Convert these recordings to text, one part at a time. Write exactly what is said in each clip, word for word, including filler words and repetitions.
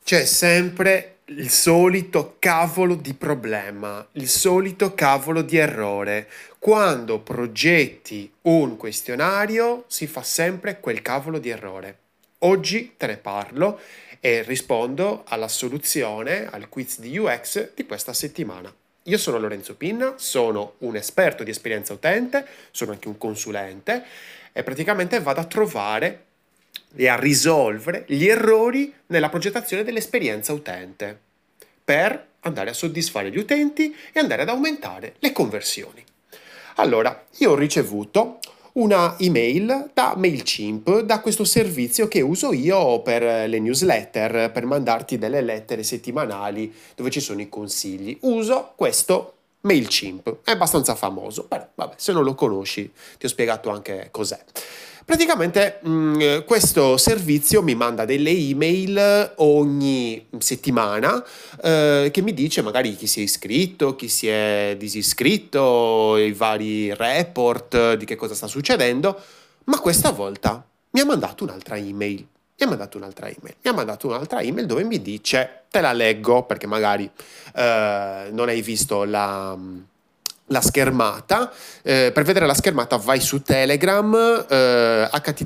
C'è sempre il solito cavolo di problema, il solito cavolo di errore. Quando progetti un questionario si fa sempre quel cavolo di errore. Oggi te ne parlo e rispondo alla soluzione, al quiz di U X di questa settimana. Io sono Lorenzo Pinna, sono un esperto di esperienza utente, sono anche un consulente e praticamente vado a trovare e a risolvere gli errori nella progettazione dell'esperienza utente per andare a soddisfare gli utenti e andare ad aumentare le conversioni. Allora, io ho ricevuto una email da MailChimp, da questo servizio che uso io per le newsletter, per mandarti delle lettere settimanali dove ci sono i consigli. Uso questo MailChimp, è abbastanza famoso, però vabbè, se non lo conosci ti ho spiegato anche cos'è. Praticamente mh, questo servizio mi manda delle email ogni settimana eh, che mi dice magari chi si è iscritto, chi si è disiscritto, i vari report di che cosa sta succedendo, ma questa volta mi ha mandato un'altra email. Mi ha mandato un'altra email, mi ha mandato un'altra email dove mi dice, te la leggo perché magari eh, non hai visto la, la schermata, eh, per vedere la schermata vai su Telegram, eh,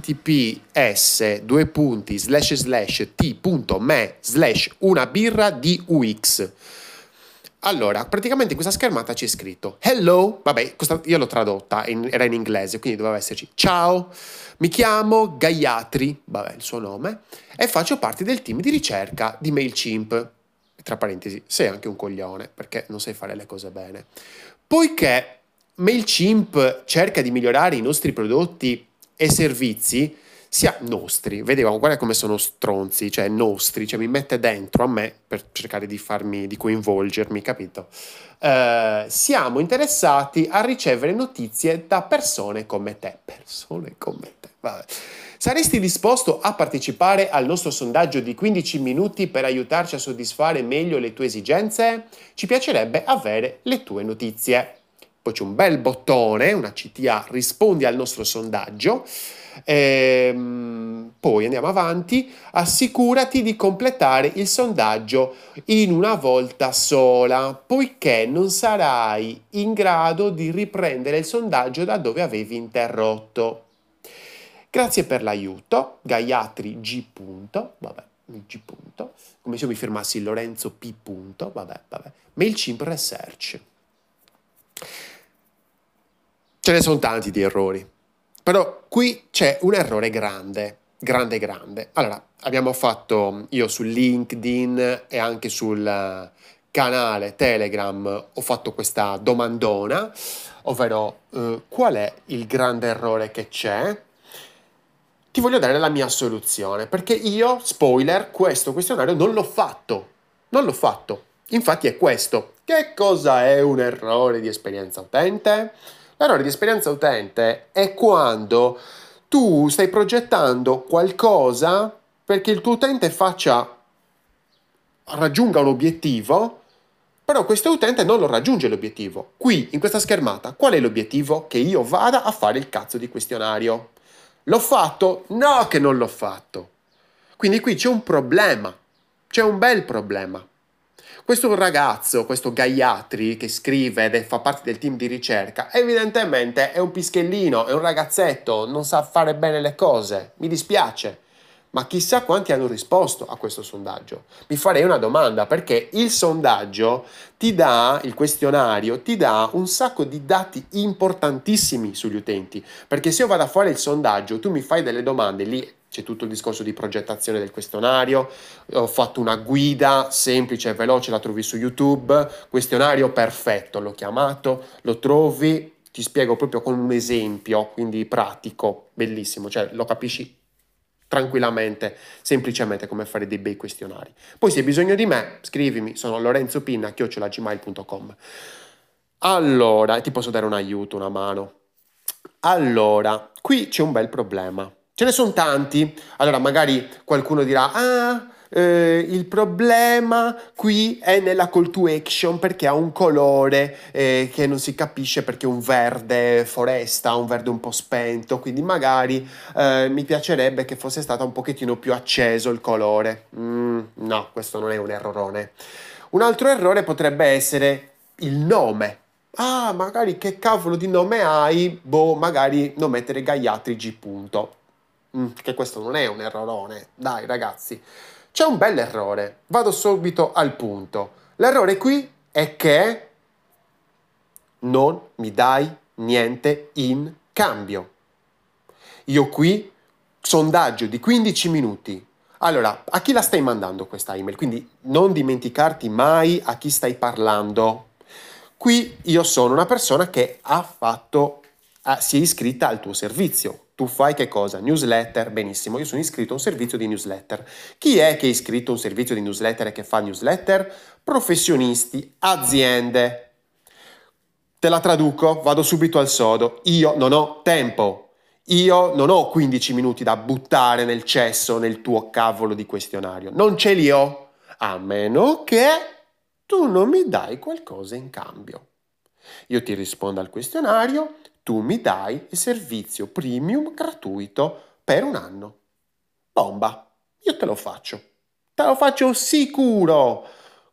https due punti slash slash t.me slash una birra di U X. Allora, praticamente in questa schermata c'è scritto hello, vabbè, questa, io l'ho tradotta, in, era in inglese, quindi doveva esserci ciao, mi chiamo Gayatri, vabbè, il suo nome, e faccio parte del team di ricerca di MailChimp. Tra parentesi, sei anche un coglione, perché non sai fare le cose bene. Poiché MailChimp cerca di migliorare i nostri prodotti e servizi, sia nostri, vedevamo, guarda come sono stronzi, cioè nostri, cioè mi mette dentro a me per cercare di farmi, di coinvolgermi, capito? Eh, siamo interessati a ricevere notizie da persone come te, persone come te, vabbè. Saresti disposto a partecipare al nostro sondaggio di quindici minuti per aiutarci a soddisfare meglio le tue esigenze? Ci piacerebbe avere le tue notizie. Poi c'è un bel bottone, una C T A, rispondi al nostro sondaggio. Ehm, poi andiamo avanti, assicurati di completare il sondaggio in una volta sola, poiché non sarai in grado di riprendere il sondaggio da dove avevi interrotto. Grazie per l'aiuto, Gayatri G. Vabbè, G. Come se io mi firmassi Lorenzo P. Vabbè, vabbè. MailChimp Research. Ce ne sono tanti di errori. Però qui c'è un errore grande, grande, grande. Allora, abbiamo fatto, io su LinkedIn e anche sul canale Telegram, ho fatto questa domandona, ovvero eh, qual è il grande errore che c'è? Ti voglio dare la mia soluzione, perché io, spoiler, questo questionario non l'ho fatto. Non l'ho fatto. Infatti è questo. Che cosa è un errore di esperienza utente? L'errore di esperienza utente è quando tu stai progettando qualcosa perché il tuo utente faccia, raggiunga un obiettivo, però questo utente non lo raggiunge l'obiettivo. Qui, in questa schermata, qual è l'obiettivo? Che io vada a fare il cazzo di questionario. L'ho fatto? No che non l'ho fatto. Quindi qui c'è un problema, c'è un bel problema. Questo ragazzo, questo Gayatri che scrive ed fa parte del team di ricerca, evidentemente è un pischellino, è un ragazzetto, non sa fare bene le cose, mi dispiace. Ma chissà quanti hanno risposto a questo sondaggio. Mi farei una domanda, perché il sondaggio ti dà, il questionario, ti dà un sacco di dati importantissimi sugli utenti. Perché se io vado a fare il sondaggio, tu mi fai delle domande, lì c'è tutto il discorso di progettazione del questionario, ho fatto una guida semplice e veloce, la trovi su YouTube, questionario perfetto, l'ho chiamato, lo trovi, ti spiego proprio con un esempio, quindi pratico, bellissimo, cioè lo capisci tranquillamente, semplicemente come fare dei bei questionari. Poi se hai bisogno di me, scrivimi, sono lorenzopinna chiocciola gmail punto com. Allora, ti posso dare un aiuto, una mano. Allora, qui c'è un bel problema. Ce ne sono tanti. Allora, magari qualcuno dirà, ah, eh, il problema qui è nella call to action perché ha un colore eh, che non si capisce perché è un verde foresta, un verde un po' spento, quindi magari eh, mi piacerebbe che fosse stato un pochettino più acceso il colore. Mm, no, questo non è un errorone. Un altro errore potrebbe essere il nome. Ah, magari che cavolo di nome hai? Boh, magari non mettere Gayatri G. Punto. Mm, che questo non è un errorone. Dai, ragazzi. C'è un bel errore. Vado subito al punto. L'errore qui è che non mi dai niente in cambio. Io qui, sondaggio di quindici minuti. Allora, a chi la stai mandando questa email? Quindi non dimenticarti mai a chi stai parlando. Qui io sono una persona che ha fatto, ah, si è iscritta al tuo servizio. Tu fai che cosa? Newsletter, benissimo. Io sono iscritto a un servizio di newsletter. Chi è che è iscritto a un servizio di newsletter e che fa newsletter? Professionisti, aziende. Te la traduco, vado subito al sodo. Io non ho tempo. Io non ho quindici minuti da buttare nel cesso nel tuo cavolo di questionario. Non ce li ho, a meno che tu non mi dai qualcosa in cambio. Io ti rispondo al questionario, tu mi dai il servizio premium gratuito per un anno. Bomba, io te lo faccio. Te lo faccio sicuro.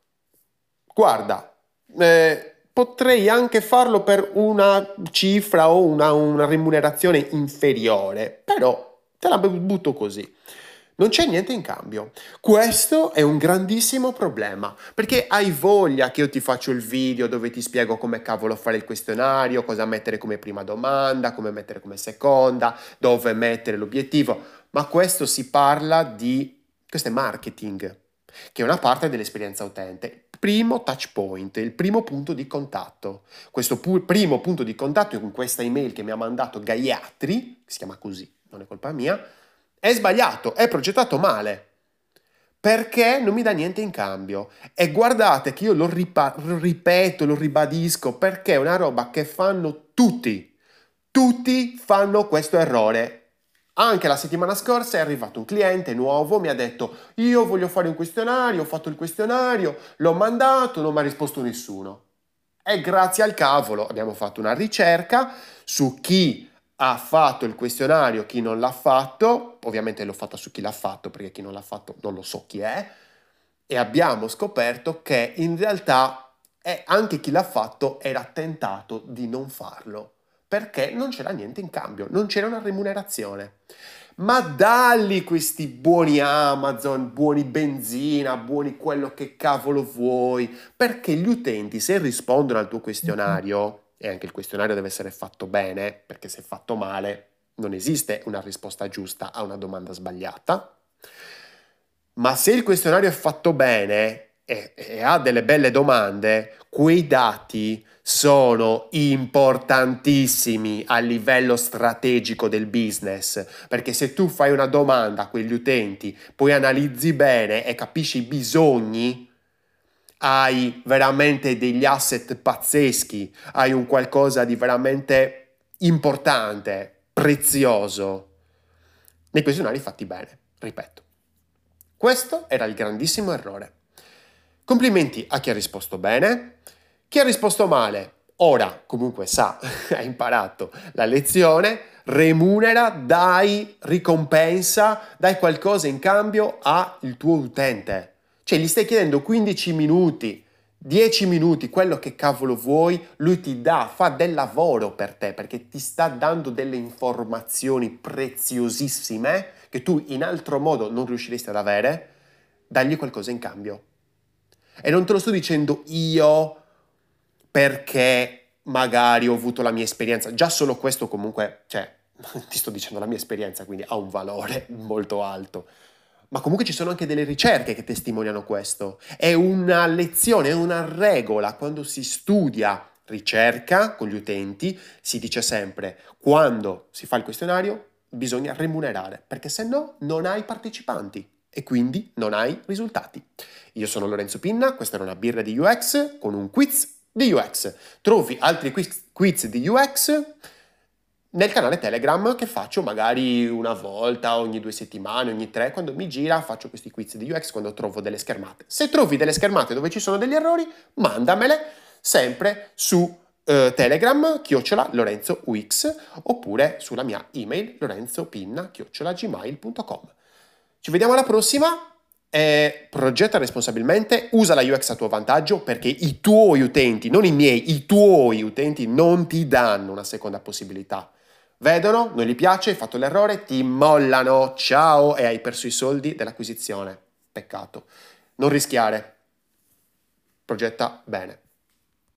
Guarda, eh, potrei anche farlo per una cifra o una, una remunerazione inferiore, però te la butto così. Non c'è niente in cambio. Questo è un grandissimo problema, perché hai voglia che io ti faccio il video dove ti spiego come cavolo fare il questionario, cosa mettere come prima domanda, come mettere come seconda, dove mettere l'obiettivo, ma questo si parla di... questo è marketing, che è una parte dell'esperienza utente. Primo touch point, il primo punto di contatto. Questo pu- primo punto di contatto in questa email che mi ha mandato Gayatri, si chiama così, non è colpa mia, è sbagliato, è progettato male, perché non mi dà niente in cambio. E guardate che io lo, ripa- lo ripeto, lo ribadisco, perché è una roba che fanno tutti. Tutti fanno questo errore. Anche la settimana scorsa è arrivato un cliente nuovo, mi ha detto io voglio fare un questionario, ho fatto il questionario, l'ho mandato, non mi ha risposto nessuno. E grazie al cavolo abbiamo fatto una ricerca su chi ha fatto il questionario, chi non l'ha fatto, ovviamente l'ho fatta su chi l'ha fatto perché chi non l'ha fatto non lo so chi è, e abbiamo scoperto che in realtà eh, anche chi l'ha fatto era tentato di non farlo, perché non c'era niente in cambio, non c'era una remunerazione. Ma dalli questi buoni Amazon, buoni benzina, buoni quello che cavolo vuoi, perché gli utenti se rispondono al tuo questionario, e anche il questionario deve essere fatto bene, perché se fatto male non esiste una risposta giusta a una domanda sbagliata, ma se il questionario è fatto bene e, e ha delle belle domande, quei dati sono importantissimi a livello strategico del business, perché se tu fai una domanda a quegli utenti, poi analizzi bene e capisci i bisogni, hai veramente degli asset pazzeschi, hai un qualcosa di veramente importante, prezioso, nei questionari fatti bene, ripeto. Questo era il grandissimo errore. Complimenti a chi ha risposto bene, chi ha risposto male, ora comunque sa, ha imparato la lezione, remunera, dai ricompensa, dai qualcosa in cambio al tuo utente. Cioè gli stai chiedendo quindici minuti, dieci minuti, quello che cavolo vuoi, lui ti dà, fa del lavoro per te perché ti sta dando delle informazioni preziosissime che tu in altro modo non riusciresti ad avere, dagli qualcosa in cambio. E non te lo sto dicendo io perché magari ho avuto la mia esperienza, già solo questo comunque, cioè, ti sto dicendo la mia esperienza, quindi ha un valore molto alto. Ma comunque ci sono anche delle ricerche che testimoniano questo. È una lezione, è una regola. Quando si studia ricerca con gli utenti, si dice sempre, quando si fa il questionario, bisogna remunerare, perché se no non hai partecipanti e quindi non hai risultati. Io sono Lorenzo Pinna, questa era una birra di U X con un quiz di U X. Trovi altri quiz, quiz di U X nel canale Telegram che faccio magari una volta ogni due settimane, ogni tre, quando mi gira faccio questi quiz di U X quando trovo delle schermate. Se trovi delle schermate dove ci sono degli errori, mandamele sempre su eh, Telegram, chiocciola Lorenzo U X, oppure sulla mia email lorenzopinna chiocciola gmail punto com. Ci vediamo alla prossima. Eh, progetta responsabilmente, usa la U X a tuo vantaggio perché i tuoi utenti, non i miei, i tuoi utenti non ti danno una seconda possibilità. Vedono, non gli piace, hai fatto l'errore, ti mollano, ciao, e hai perso i soldi dell'acquisizione. Peccato. Non rischiare. Progetta bene.